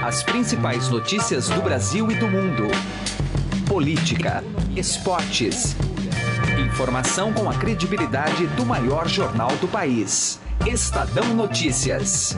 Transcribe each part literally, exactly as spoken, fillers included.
As principais notícias do Brasil e do mundo. Política, esportes. Informação com a credibilidade do maior jornal do país. Estadão Notícias.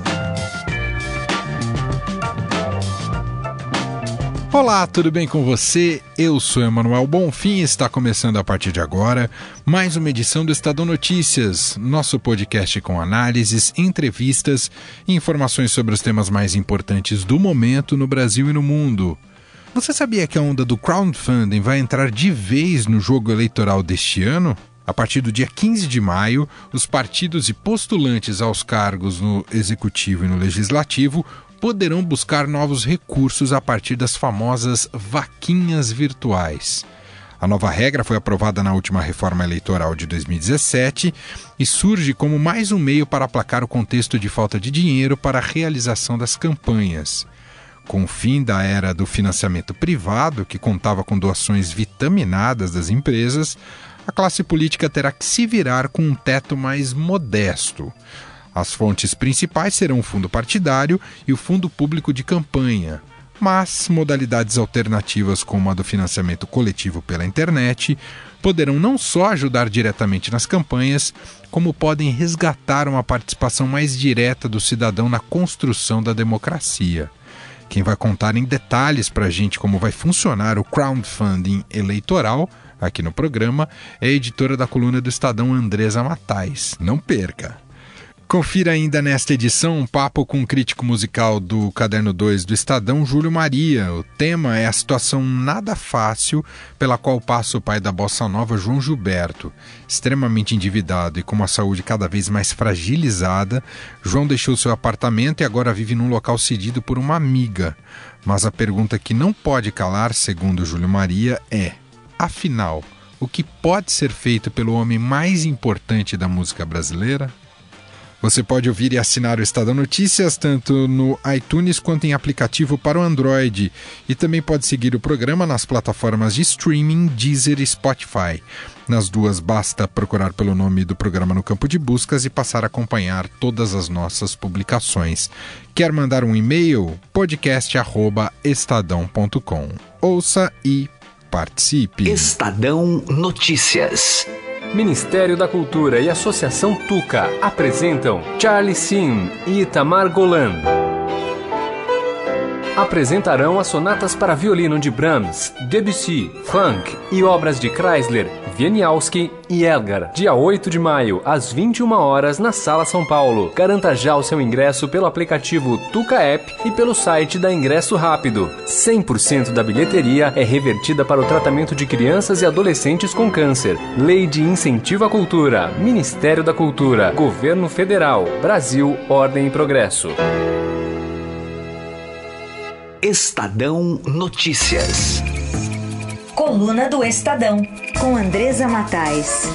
Olá, tudo bem com você? Eu sou Emanuel Bonfim e está começando a partir de agora mais uma edição do Estadão Notícias, nosso podcast com análises, entrevistas e informações sobre os temas mais importantes do momento no Brasil e no mundo. Você sabia que a onda do crowdfunding vai entrar de vez no jogo eleitoral deste ano? A partir do dia quinze de maio, os partidos e postulantes aos cargos no Executivo e no Legislativo poderão buscar novos recursos a partir das famosas vaquinhas virtuais. A nova regra foi aprovada na última reforma eleitoral de dois mil e dezessete e surge como mais um meio para aplacar o contexto de falta de dinheiro para a realização das campanhas. Com o fim da era do financiamento privado, que contava com doações vitaminadas das empresas, a classe política terá que se virar com um teto mais modesto. As fontes principais serão o fundo partidário e o fundo público de campanha, mas modalidades alternativas como a do financiamento coletivo pela internet poderão não só ajudar diretamente nas campanhas, como podem resgatar uma participação mais direta do cidadão na construção da democracia. Quem vai contar em detalhes para a gente como vai funcionar o crowdfunding eleitoral aqui no programa é a editora da coluna do Estadão, Andresa Matais. Não perca! Confira ainda nesta edição um papo com o crítico musical do Caderno dois do Estadão, Júlio Maria. O tema é a situação nada fácil pela qual passa o pai da bossa nova, João Gilberto. Extremamente endividado e com uma saúde cada vez mais fragilizada, João deixou seu apartamento e agora vive num local cedido por uma amiga. Mas a pergunta que não pode calar, segundo Júlio Maria, é: afinal, o que pode ser feito pelo homem mais importante da música brasileira? Você pode ouvir e assinar o Estadão Notícias tanto no iTunes quanto em aplicativo para o Android. E também pode seguir o programa nas plataformas de streaming, Deezer e Spotify. Nas duas basta procurar pelo nome do programa no campo de buscas e passar a acompanhar todas as nossas publicações. Quer mandar um e-mail? podcast arroba estadão ponto com. Ouça e participe. Estadão Notícias. Ministério da Cultura e Associação Tuca apresentam Charlie Sim e Itamar Golan. Apresentarão as sonatas para violino de Brahms, Debussy, Funk e obras de Chrysler, Wieniawski e Elgar. Dia oito de maio, às vinte e uma horas, na Sala São Paulo. Garanta já o seu ingresso pelo aplicativo Tuca App e pelo site da Ingresso Rápido. cem por cento da bilheteria é revertida para o tratamento de crianças e adolescentes com câncer. Lei de Incentivo à Cultura. Ministério da Cultura. Governo Federal. Brasil, Ordem e Progresso. Estadão Notícias. Coluna do Estadão, com Andresa Matais.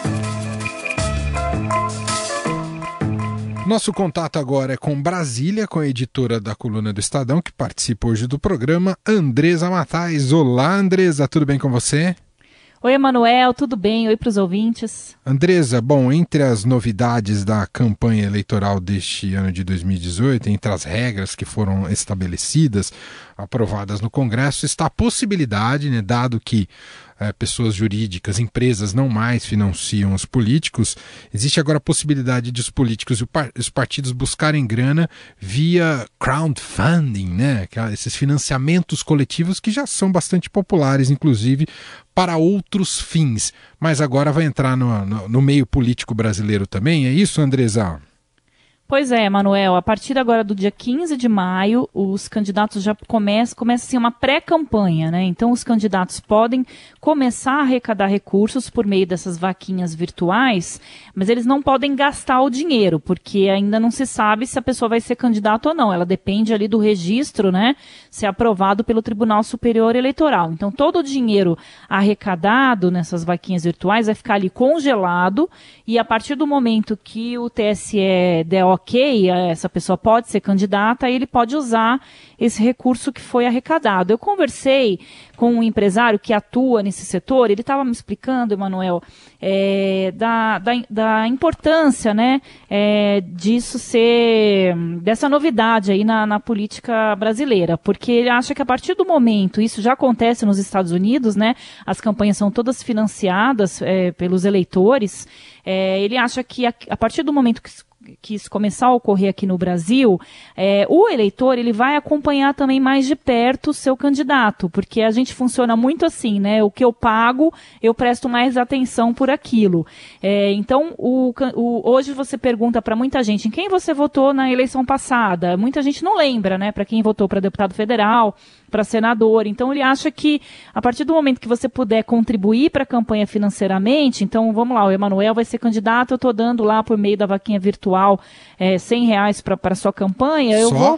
Nosso contato agora é com Brasília, com a editora da coluna do Estadão, que participa hoje do programa, Andresa Matais. Olá, Andresa, tudo bem com você? Oi, Emanuel, tudo bem? Oi para os ouvintes. Andresa, bom, entre as novidades da campanha eleitoral deste ano de dois mil e dezoito, entre as regras que foram estabelecidas, aprovadas no Congresso, está a possibilidade, né, dado que é, pessoas jurídicas, empresas não mais financiam os políticos, existe agora a possibilidade de os políticos e os partidos buscarem grana via crowdfunding, né? Esses financiamentos coletivos que já são bastante populares, inclusive, para outros fins. Mas agora vai entrar no, no, no meio político brasileiro também, é isso, Andresa? Pois é, Manuel, a partir agora do dia quinze de maio, os candidatos já começam, começa assim uma pré-campanha, né? Então os candidatos podem começar a arrecadar recursos por meio dessas vaquinhas virtuais, mas eles não podem gastar o dinheiro, porque ainda não se sabe se a pessoa vai ser candidata ou não. Ela depende ali do registro, né? Ser aprovado pelo Tribunal Superior Eleitoral. Então todo o dinheiro arrecadado nessas vaquinhas virtuais vai ficar ali congelado e a partir do momento que o T S E der ok ok, essa pessoa pode ser candidata, aí ele pode usar esse recurso que foi arrecadado. Eu conversei com um empresário que atua nesse setor, ele estava me explicando, Emanuel, é, da, da, da importância, né, é, disso ser, dessa novidade aí na, na política brasileira, porque ele acha que a partir do momento, isso já acontece nos Estados Unidos, né, as campanhas são todas financiadas é, pelos eleitores, é, ele acha que a, a partir do momento que que isso começar a ocorrer aqui no Brasil, é, o eleitor ele vai acompanhar também mais de perto o seu candidato, porque a gente funciona muito assim, né? O que eu pago, eu presto mais atenção por aquilo. É, então, o, o, hoje você pergunta para muita gente em quem você votou na eleição passada. Muita gente não lembra, né? Para quem votou para deputado federal, para senador. Então, ele acha que a partir do momento que você puder contribuir para a campanha financeiramente, então, vamos lá, o Emanuel vai ser candidato, eu estou dando lá por meio da vaquinha virtual é, cem reais para a sua campanha, eu Só? vou...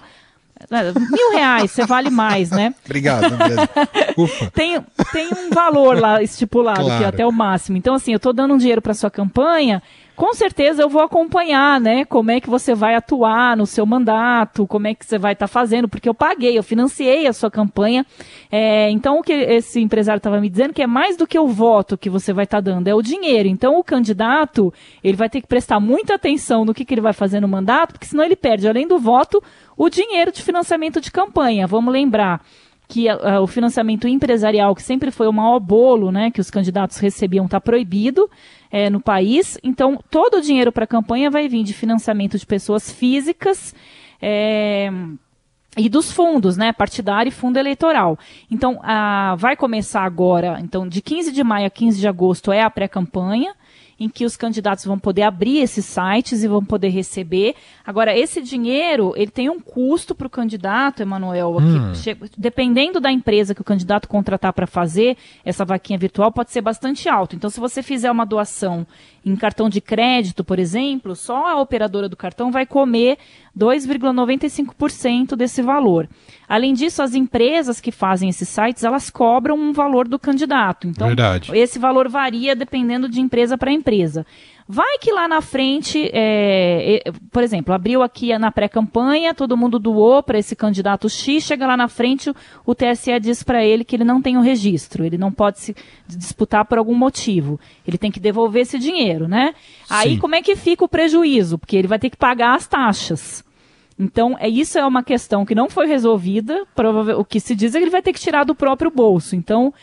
Mil reais, você vale mais, né? Obrigado, Andresa. Ufa. Tem, tem um valor lá estipulado, Claro. que é até o máximo. Então, assim, eu estou dando um dinheiro para sua campanha, com certeza eu vou acompanhar, né? Como é que você vai atuar no seu mandato, como é que você vai estar tá fazendo, porque eu paguei, eu financiei a sua campanha. É, então, o que esse empresário estava me dizendo que é mais do que o voto que você vai estar tá dando, é o dinheiro. Então, o candidato, ele vai ter que prestar muita atenção no que, que ele vai fazer no mandato, porque senão ele perde, além do voto, o dinheiro de financiamento de campanha. Vamos lembrar que uh, o financiamento empresarial, que sempre foi o maior bolo, né, que os candidatos recebiam, está proibido é, no país. Então, todo o dinheiro para a campanha vai vir de financiamento de pessoas físicas é, e dos fundos, né, partidário e fundo eleitoral. Então, uh, vai começar agora, então, de quinze de maio a quinze de agosto é a pré-campanha, em que os candidatos vão poder abrir esses sites e vão poder receber. Agora, esse dinheiro, ele tem um custo para o candidato, Emanuel, Hum. dependendo da empresa que o candidato contratar para fazer essa vaquinha virtual, pode ser bastante alto. Então, se você fizer uma doação em cartão de crédito, por exemplo, só a operadora do cartão vai comer dois vírgula noventa e cinco por cento desse valor. Além disso, as empresas que fazem esses sites, elas cobram um valor do candidato. Então, Verdade. esse valor varia dependendo de empresa para empresa. Vai que lá na frente, é, é, por exemplo, abriu aqui na pré-campanha, todo mundo doou para esse candidato X, chega lá na frente, o, o T S E diz para ele que ele não tem o registro, ele não pode se disputar por algum motivo. Ele tem que devolver esse dinheiro, né? Aí Sim. como é que fica o prejuízo? Porque ele vai ter que pagar as taxas. Então, é, isso é uma questão que não foi resolvida, provavelmente, o que se diz é que ele vai ter que tirar do próprio bolso. Então,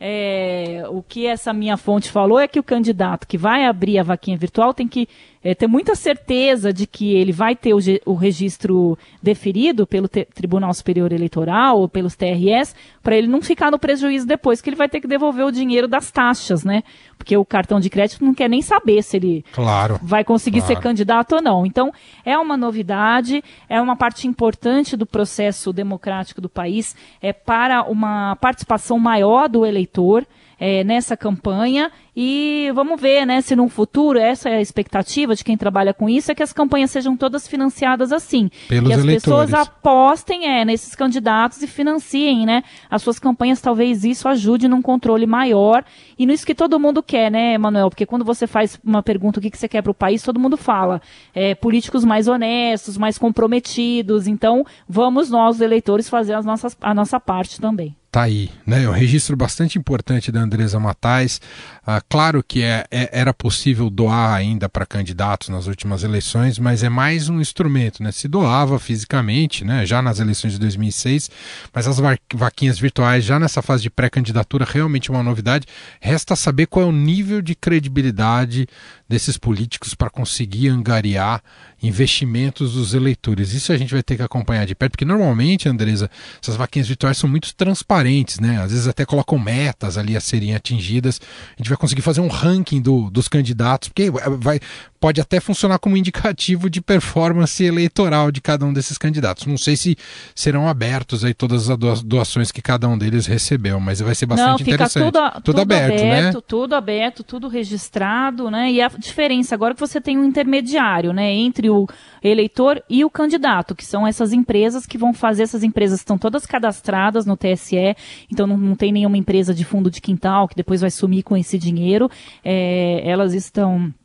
É, o que essa minha fonte falou é que o candidato que vai abrir a vaquinha virtual tem que é, ter muita certeza de que ele vai ter o, o registro deferido pelo te, Tribunal Superior Eleitoral ou pelos T R Es, para ele não ficar no prejuízo depois, que ele vai ter que devolver o dinheiro das taxas, né? Porque o cartão de crédito não quer nem saber se ele Claro. vai conseguir Claro. ser candidato ou não. Então, é uma novidade, é uma parte importante do processo democrático do país, é para uma participação maior do eleitor é, nessa campanha. E vamos ver, né, se no futuro, essa é a expectativa de quem trabalha com isso, é que as campanhas sejam todas financiadas assim. Pelos que as eleitores. pessoas apostem é, nesses candidatos e financiem, né, as suas campanhas. Talvez isso ajude num controle maior e nisso que todo mundo quer, né, Emanuel? Porque quando você faz uma pergunta, o que, que você quer para o país, todo mundo fala é, políticos mais honestos, mais comprometidos. Então, vamos nós, os eleitores, fazer as nossas, a nossa parte também. Tá aí, né? Um registro bastante importante da Andresa Matais. Ah, claro que é, é, era possível doar ainda para candidatos nas últimas eleições, mas é mais um instrumento, né? Se doava fisicamente, né? Já nas eleições de dois mil e seis, mas as va- vaquinhas virtuais já nessa fase de pré-candidatura realmente é uma novidade. Resta saber qual é o nível de credibilidade desses políticos para conseguir angariar investimentos dos eleitores. Isso a gente vai ter que acompanhar de perto, porque normalmente, Andresa, essas vaquinhas virtuais são muito transparentes, né? Às vezes até colocam metas ali a serem atingidas. A gente vai conseguir fazer um ranking do, dos candidatos, porque vai, pode até funcionar como indicativo de performance eleitoral de cada um desses candidatos. Não sei se serão abertos aí todas as doações que cada um deles recebeu, mas vai ser bastante Não, fica interessante. Tudo, tudo, tudo aberto, aberto, né? Tudo aberto, tudo registrado, né? E a diferença agora é que você tem um intermediário, né? Entre o eleitor e o candidato, que são essas empresas que vão fazer, essas empresas estão todas cadastradas no T S E, então não, não tem nenhuma empresa de fundo de quintal que depois vai sumir com esse dinheiro, é, elas estão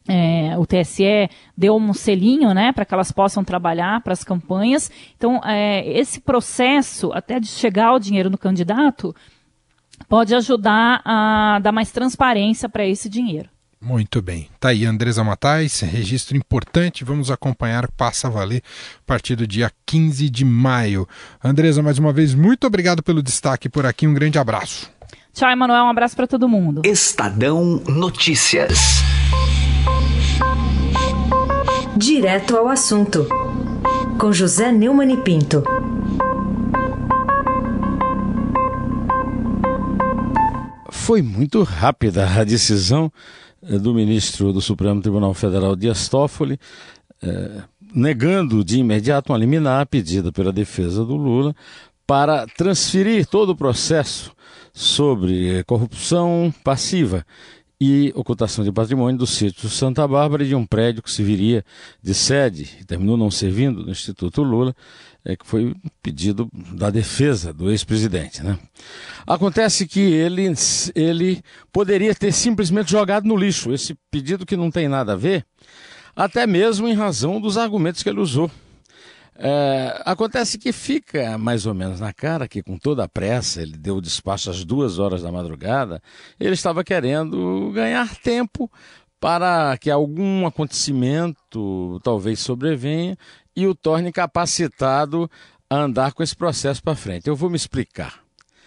É, o T S E deu um selinho, né, para que elas possam trabalhar para as campanhas. Então, é, esse processo, até de chegar o dinheiro no candidato, pode ajudar a dar mais transparência para esse dinheiro. Muito bem. Tá aí, Andresa Matais, registro importante, vamos acompanhar, passa a valer a partir do dia quinze de maio. Andresa, mais uma vez, muito obrigado pelo destaque por aqui, um grande abraço. Tchau, Emanuel, um abraço para todo mundo. Estadão Notícias. Direto ao assunto, com José Neumann e Pinto. Foi muito rápida a decisão do ministro do Supremo Tribunal Federal, Dias Toffoli, eh, negando de imediato uma liminar pedida pela defesa do Lula para transferir todo o processo sobre corrupção passiva e ocultação de patrimônio do sítio Santa Bárbara e de um prédio que serviria de sede, e terminou não servindo, do Instituto Lula, é, que foi um pedido da defesa do ex-presidente, né? Acontece que ele, ele poderia ter simplesmente jogado no lixo esse pedido que não tem nada a ver, até mesmo em razão dos argumentos que ele usou. É, acontece que fica mais ou menos na cara que, com toda a pressa, ele deu o despacho às duas horas da madrugada, ele estava querendo ganhar tempo para que algum acontecimento talvez sobrevenha e o torne capacitado a andar com esse processo para frente. Eu vou me explicar.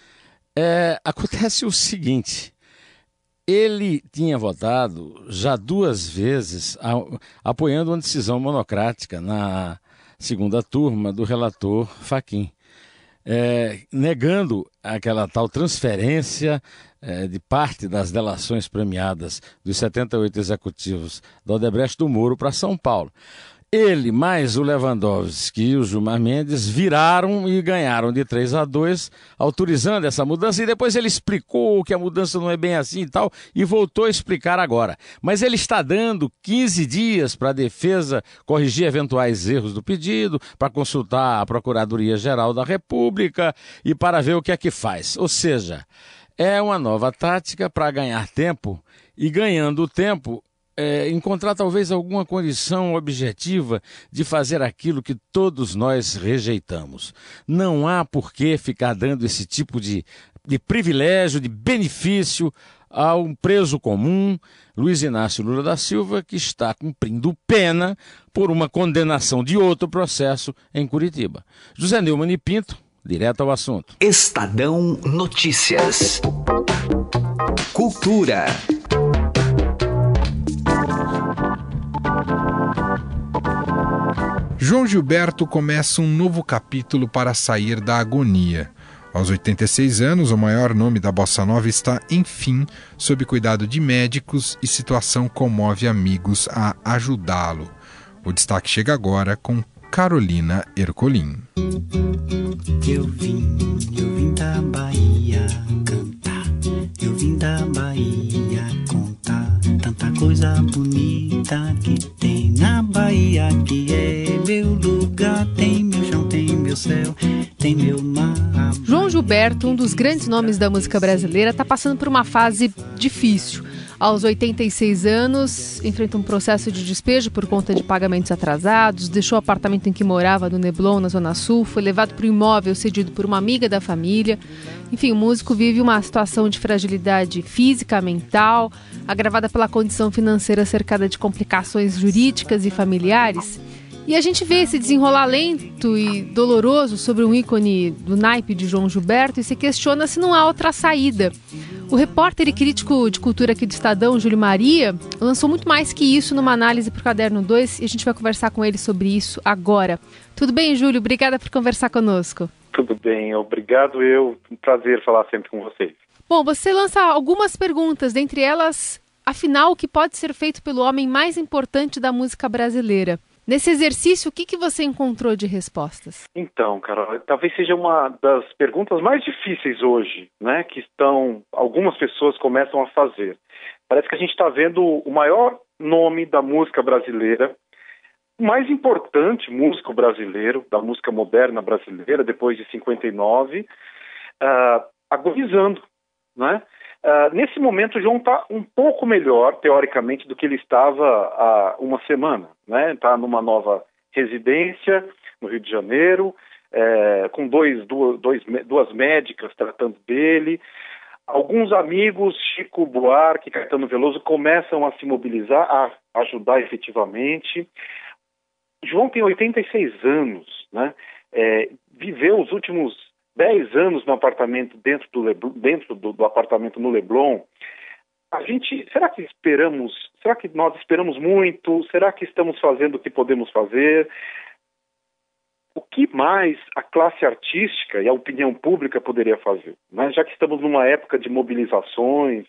É, acontece o seguinte: ele tinha votado já duas vezes a, apoiando uma decisão monocrática na segunda turma do relator Fachin, é, negando aquela tal transferência é, de parte das delações premiadas dos setenta e oito executivos da Odebrecht do Moro para São Paulo. Ele, mais o Lewandowski e o Gilmar Mendes viraram e ganharam de três a dois, autorizando essa mudança, e depois ele explicou que a mudança não é bem assim e tal, e voltou a explicar agora. Mas ele está dando quinze dias para a defesa corrigir eventuais erros do pedido, para consultar a Procuradoria-Geral da República e para ver o que é que faz. Ou seja, é uma nova tática para ganhar tempo, e ganhando tempo, É, encontrar talvez alguma condição objetiva de fazer aquilo que todos nós rejeitamos. Não há por que ficar dando esse tipo de, de privilégio, de benefício a um preso comum, Luiz Inácio Lula da Silva, que está cumprindo pena por uma condenação de outro processo em Curitiba. José Neumann e Pinto, direto ao assunto. Estadão Notícias. Cultura. João Gilberto começa um novo capítulo para sair da agonia. Aos oitenta e seis anos, o maior nome da bossa nova está, enfim, sob cuidado de médicos, e situação comove amigos a ajudá-lo. O destaque chega agora com Carolina Ercolim. Eu vim, eu vim da Bahia cantar, eu vim da Bahia contar tanta coisa bonita que tem na Bahia, que é meu lugar, tem meu chão, tem meu céu, tem meu mar. João Gilberto, um dos grandes nomes da música brasileira, está passando por uma fase difícil. Aos oitenta e seis anos, enfrenta um processo de despejo por conta de pagamentos atrasados, deixou o apartamento em que morava no Neblon, na Zona Sul, foi levado para o imóvel cedido por uma amiga da família. Enfim, o músico vive uma situação de fragilidade física, mental, agravada pela condição financeira cercada de complicações jurídicas e familiares. E a gente vê esse desenrolar lento e doloroso sobre um ícone do naipe de João Gilberto e se questiona se não há outra saída. O repórter e crítico de cultura aqui do Estadão, Júlio Maria, lançou muito mais que isso numa análise para o Caderno dois e a gente vai conversar com ele sobre isso agora. Tudo bem, Júlio? Obrigada por conversar conosco. Tudo bem, obrigado eu. Um prazer falar sempre com vocês. Bom, você lança algumas perguntas, dentre elas, afinal, o que pode ser feito pelo homem mais importante da música brasileira? Nesse exercício, o que, que você encontrou de respostas? Então, Carol, talvez seja uma das perguntas mais difíceis hoje, né, que estão, algumas pessoas começam a fazer. Parece que a gente está vendo o maior nome da música brasileira, o mais importante músico brasileiro, da música moderna brasileira, depois de cinquenta e nove, uh, agonizando, né? Uh, nesse momento o João está um pouco melhor, teoricamente, do que ele estava há uma semana, né? Está numa nova residência no Rio de Janeiro, é, com dois, duas, dois, duas médicas tratando dele. Alguns amigos, Chico Buarque e Caetano Veloso, começam a se mobilizar, a ajudar efetivamente. João tem oitenta e seis anos, né? É, viveu os últimos dez anos no apartamento, dentro, do, Leblon, dentro do, do apartamento no Leblon. A gente, será que esperamos, será que nós esperamos muito? Será que estamos fazendo o que podemos fazer? O que mais a classe artística e a opinião pública poderia fazer, né? Já que estamos numa época de mobilizações.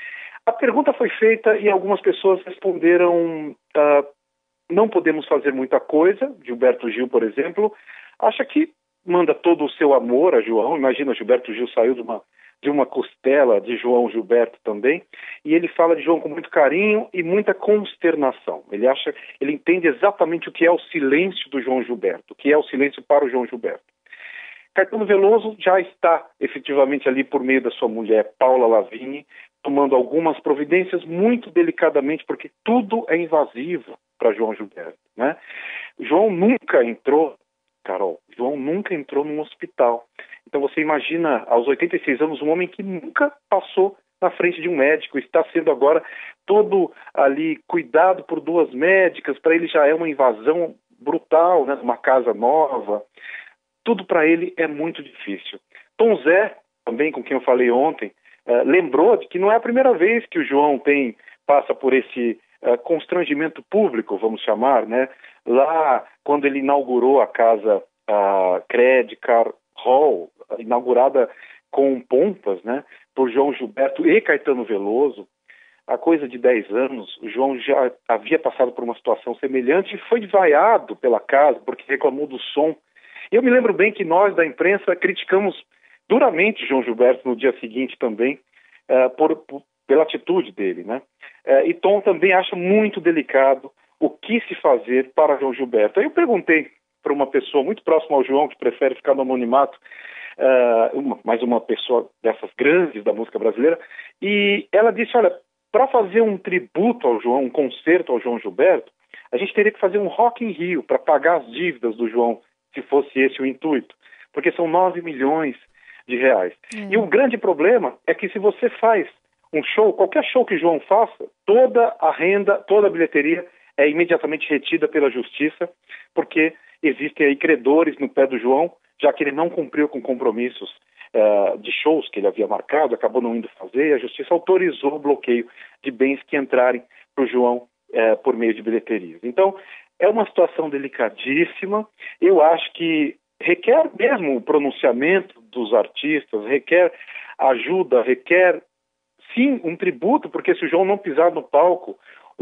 A pergunta foi feita e algumas pessoas responderam, uh, não podemos fazer muita coisa. Gilberto Gil, por exemplo, acha que manda todo o seu amor a João. Imagina, Gilberto Gil saiu de uma, de uma costela de João Gilberto também, e ele fala de João com muito carinho e muita consternação. Ele acha, ele entende exatamente o que é o silêncio do João Gilberto, o que é o silêncio para o João Gilberto. Caetano Veloso já está efetivamente ali por meio da sua mulher, Paula Lavigne, tomando algumas providências muito delicadamente, porque tudo é invasivo para João Gilberto, né? João nunca entrou, Carol, João nunca entrou num hospital. Então você imagina, aos oitenta e seis anos, um homem que nunca passou na frente de um médico, está sendo agora todo ali cuidado por duas médicas, para ele já é uma invasão brutal, né, numa casa nova. Tudo para ele é muito difícil. Tom Zé, também com quem eu falei ontem, uh, lembrou de que não é a primeira vez que o João tem, passa por esse uh, constrangimento público, vamos chamar, né? Lá, quando ele inaugurou a casa uh, Credit Card Hall, inaugurada com pompas, né, por João Gilberto e Caetano Veloso, há coisa de dez anos, o João já havia passado por uma situação semelhante e foi vaiado pela casa porque reclamou do som. Eu me lembro bem que nós, da imprensa, criticamos duramente João Gilberto no dia seguinte também, uh, por, por, pela atitude dele, né? Uh, e Tom também acha muito delicado o que se fazer para João Gilberto. Aí eu perguntei para uma pessoa muito próxima ao João, que prefere ficar no anonimato, uh, uma, mais uma pessoa dessas grandes da música brasileira, e ela disse, olha, para fazer um tributo ao João, um concerto ao João Gilberto, a gente teria que fazer um Rock in Rio para pagar as dívidas do João, se fosse esse o intuito, porque são nove milhões de reais. É. E o grande problema é que se você faz um show, qualquer show que João faça, toda a renda, toda a bilheteria é imediatamente retida pela justiça, porque existem aí credores no pé do João, já que ele não cumpriu com compromissos uh, de shows que ele havia marcado, acabou não indo fazer, e a justiça autorizou o bloqueio de bens que entrarem para o João uh, por meio de bilheterias. Então, é uma situação delicadíssima. Eu acho que requer mesmo o pronunciamento dos artistas, requer ajuda, requer, sim, um tributo, porque se o João não pisar no palco,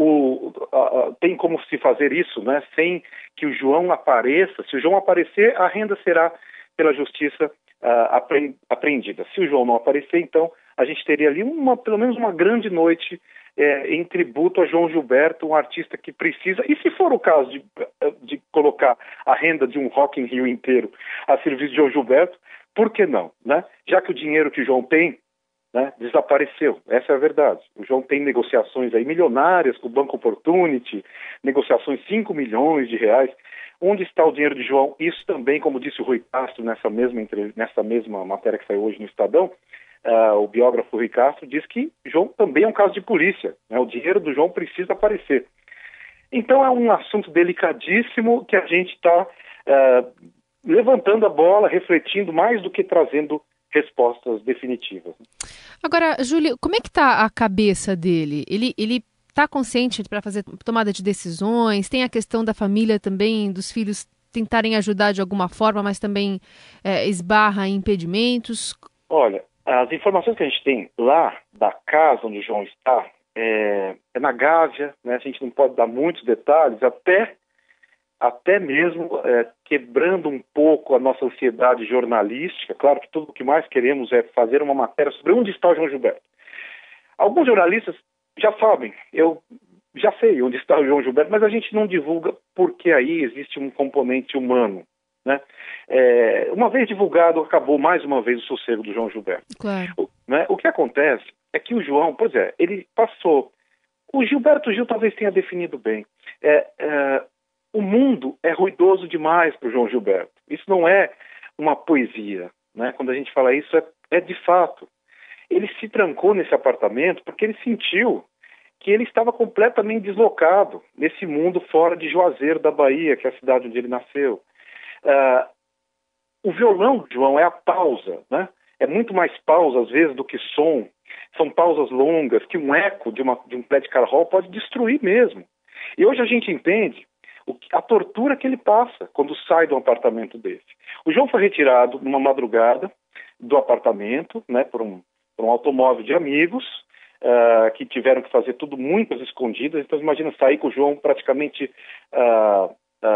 o, a, a, tem como se fazer isso, né, sem que o João apareça. Se o João aparecer, a renda será pela justiça a, apreendida. Se o João não aparecer, então, a gente teria ali uma, pelo menos uma grande noite É, em tributo a João Gilberto, um artista que precisa, e se for o caso de, de colocar a renda de um Rock in Rio inteiro a serviço de João Gilberto, por que não, né? Já que o dinheiro que o João tem, né, desapareceu, essa é a verdade. O João tem negociações aí milionárias com o Banco Opportunity, negociações cinco milhões de reais. Onde está o dinheiro de João? Isso também, como disse o Rui Castro nessa mesma, nessa mesma matéria que saiu hoje no Estadão, Uh, o biógrafo Rui Castro diz que João também é um caso de polícia, né? O dinheiro do João precisa aparecer. Então é um assunto delicadíssimo que a gente está uh, levantando a bola, refletindo mais do que trazendo respostas definitivas. Agora, Júlio, como é que está a cabeça dele? Ele ele está consciente para fazer tomada de decisões? Tem a questão da família também, dos filhos tentarem ajudar de alguma forma, mas também é, esbarra em impedimentos? Olha, as informações que a gente tem lá da casa onde o João está é, é na Gávea, né? A gente não pode dar muitos detalhes, até, até mesmo é, quebrando um pouco a nossa ansiedade jornalística. Claro que tudo o que mais queremos é fazer uma matéria sobre onde está o João Gilberto. Alguns jornalistas já sabem, eu já sei onde está o João Gilberto, mas a gente não divulga porque aí existe um componente humano. Né? É, uma vez divulgado, acabou mais uma vez o sossego do João Gilberto. Claro. né? O que acontece é que o João, pois é, ele passou... O Gilberto Gil talvez tenha definido bem. É, é, o mundo é ruidoso demais para o João Gilberto. Isso não é uma poesia, né? Quando a gente fala isso, é, é de fato. Ele se trancou nesse apartamento porque ele sentiu que ele estava completamente deslocado nesse mundo fora de Juazeiro da Bahia, que é a cidade onde ele nasceu. Uh, o violão, João, é a pausa, né? É muito mais pausa, às vezes, do que som. São pausas longas que um eco de, uma, de um pé de caracol pode destruir mesmo. E hoje a gente entende o que, a tortura que ele passa quando sai do apartamento desse. O João foi retirado numa madrugada do apartamento, né, por um, por um automóvel de amigos, uh, que tiveram que fazer tudo muito às escondidas. Então imagina sair com o João praticamente uh,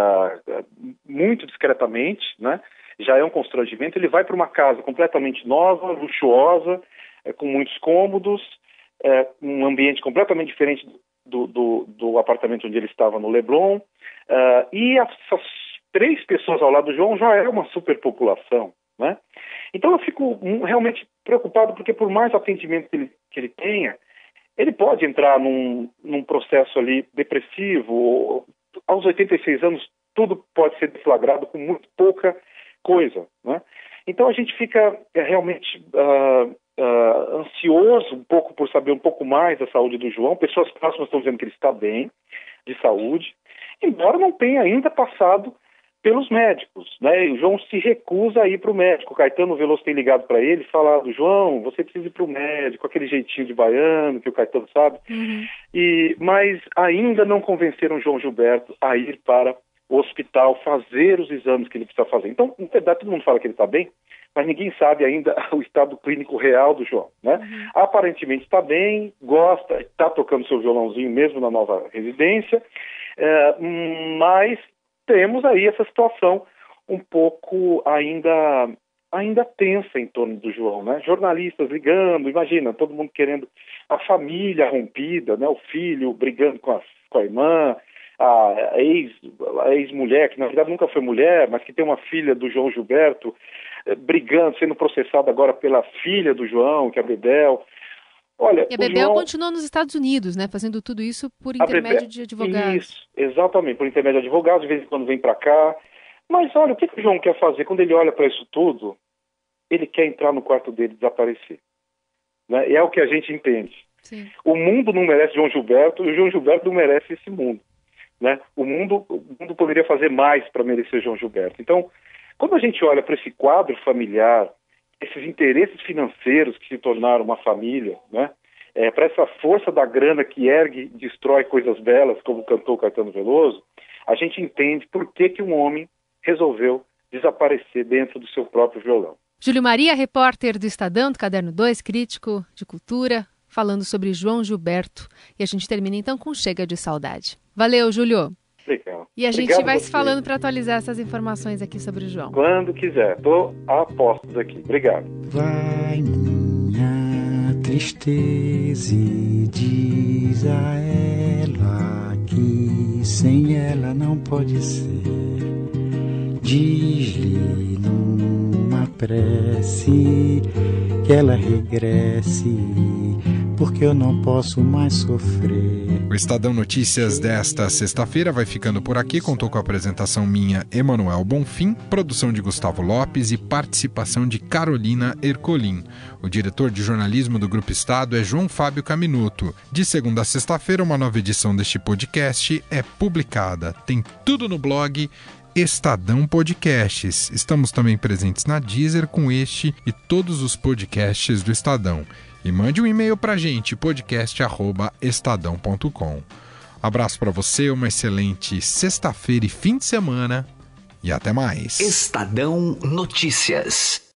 uh, muito discretamente, né? Já é um constrangimento. Ele vai para uma casa completamente nova, luxuosa, é, com muitos cômodos, é, um ambiente completamente diferente do, do, do apartamento onde ele estava no Leblon, uh, e essas três pessoas ao lado do João já é uma superpopulação, né? Então eu fico realmente preocupado, porque por mais atendimento que ele, que ele tenha, ele pode entrar num, num processo ali depressivo. Aos oitenta e seis anos tudo pode ser deflagrado com muito pouca coisa, né? Então a gente fica é, realmente uh, uh, ansioso um pouco por saber um pouco mais da saúde do João. Pessoas próximas estão dizendo que ele está bem de saúde, embora não tenha ainda passado pelos médicos, né? O João se recusa a ir para o médico. O Caetano Veloso tem ligado para ele e falado: João, você precisa ir para o médico, aquele jeitinho de baiano que o Caetano sabe. Uhum. E, mas ainda não convenceram o João Gilberto a ir para o hospital fazer os exames que ele precisa fazer. Então, na verdade, todo mundo fala que ele está bem, mas ninguém sabe ainda o estado clínico real do João, né? Uhum. Aparentemente está bem, gosta, está tocando seu violãozinho mesmo na nova residência, é, mas temos aí essa situação um pouco ainda, ainda tensa em torno do João, né? Jornalistas ligando, imagina, todo mundo querendo, a família rompida, né? O filho brigando com a, com a irmã, a ex, a ex-mulher, que na verdade nunca foi mulher, mas que tem uma filha do João Gilberto, eh, brigando, sendo processada agora pela filha do João, que é a Bebel. Olha, e a Bebel João... continuou nos Estados Unidos, né, fazendo tudo isso por intermédio Bebel... de advogados. Isso, exatamente, por intermédio de advogados, de vez em quando vem para cá. Mas olha, o que, que o João quer fazer? Quando ele olha para isso tudo, ele quer entrar no quarto dele e desaparecer, né? E é o que a gente entende. Sim. O mundo não merece João Gilberto, e o João Gilberto não merece esse mundo, né? O mundo, o mundo poderia fazer mais para merecer João Gilberto. Então, quando a gente olha para esse quadro familiar, esses interesses financeiros que se tornaram uma família, né? É, para essa força da grana que ergue e destrói coisas belas, como cantou Caetano Veloso, a gente entende por que, que um homem resolveu desaparecer dentro do seu próprio violão. Júlio Maria, repórter do Estadão, do Caderno dois, crítico de cultura, falando sobre João Gilberto. E a gente termina então com Chega de Saudade. Valeu, Júlio. Legal. E a Obrigado gente vai você. se falando para atualizar essas informações aqui sobre o João. Quando quiser. Estou a postos aqui. Obrigado. Vai minha tristeza e diz a ela que sem ela não pode ser. Diz-lhe numa prece que ela regresse, porque eu não posso mais sofrer. O Estadão Notícias desta sexta-feira vai ficando por aqui. Contou com a apresentação minha, Emanuel Bonfim, produção de Gustavo Lopes e participação de Carolina Ercolim. O diretor de jornalismo do Grupo Estado é João Fábio Caminuto. De segunda a sexta-feira, uma nova edição deste podcast é publicada. Tem tudo no blog Estadão Podcasts. Estamos também presentes na Deezer com este e todos os podcasts do Estadão. E mande um e-mail pra gente, podcast arroba estadão ponto com. Abraço para você, uma excelente sexta-feira e fim de semana e até mais. Estadão Notícias.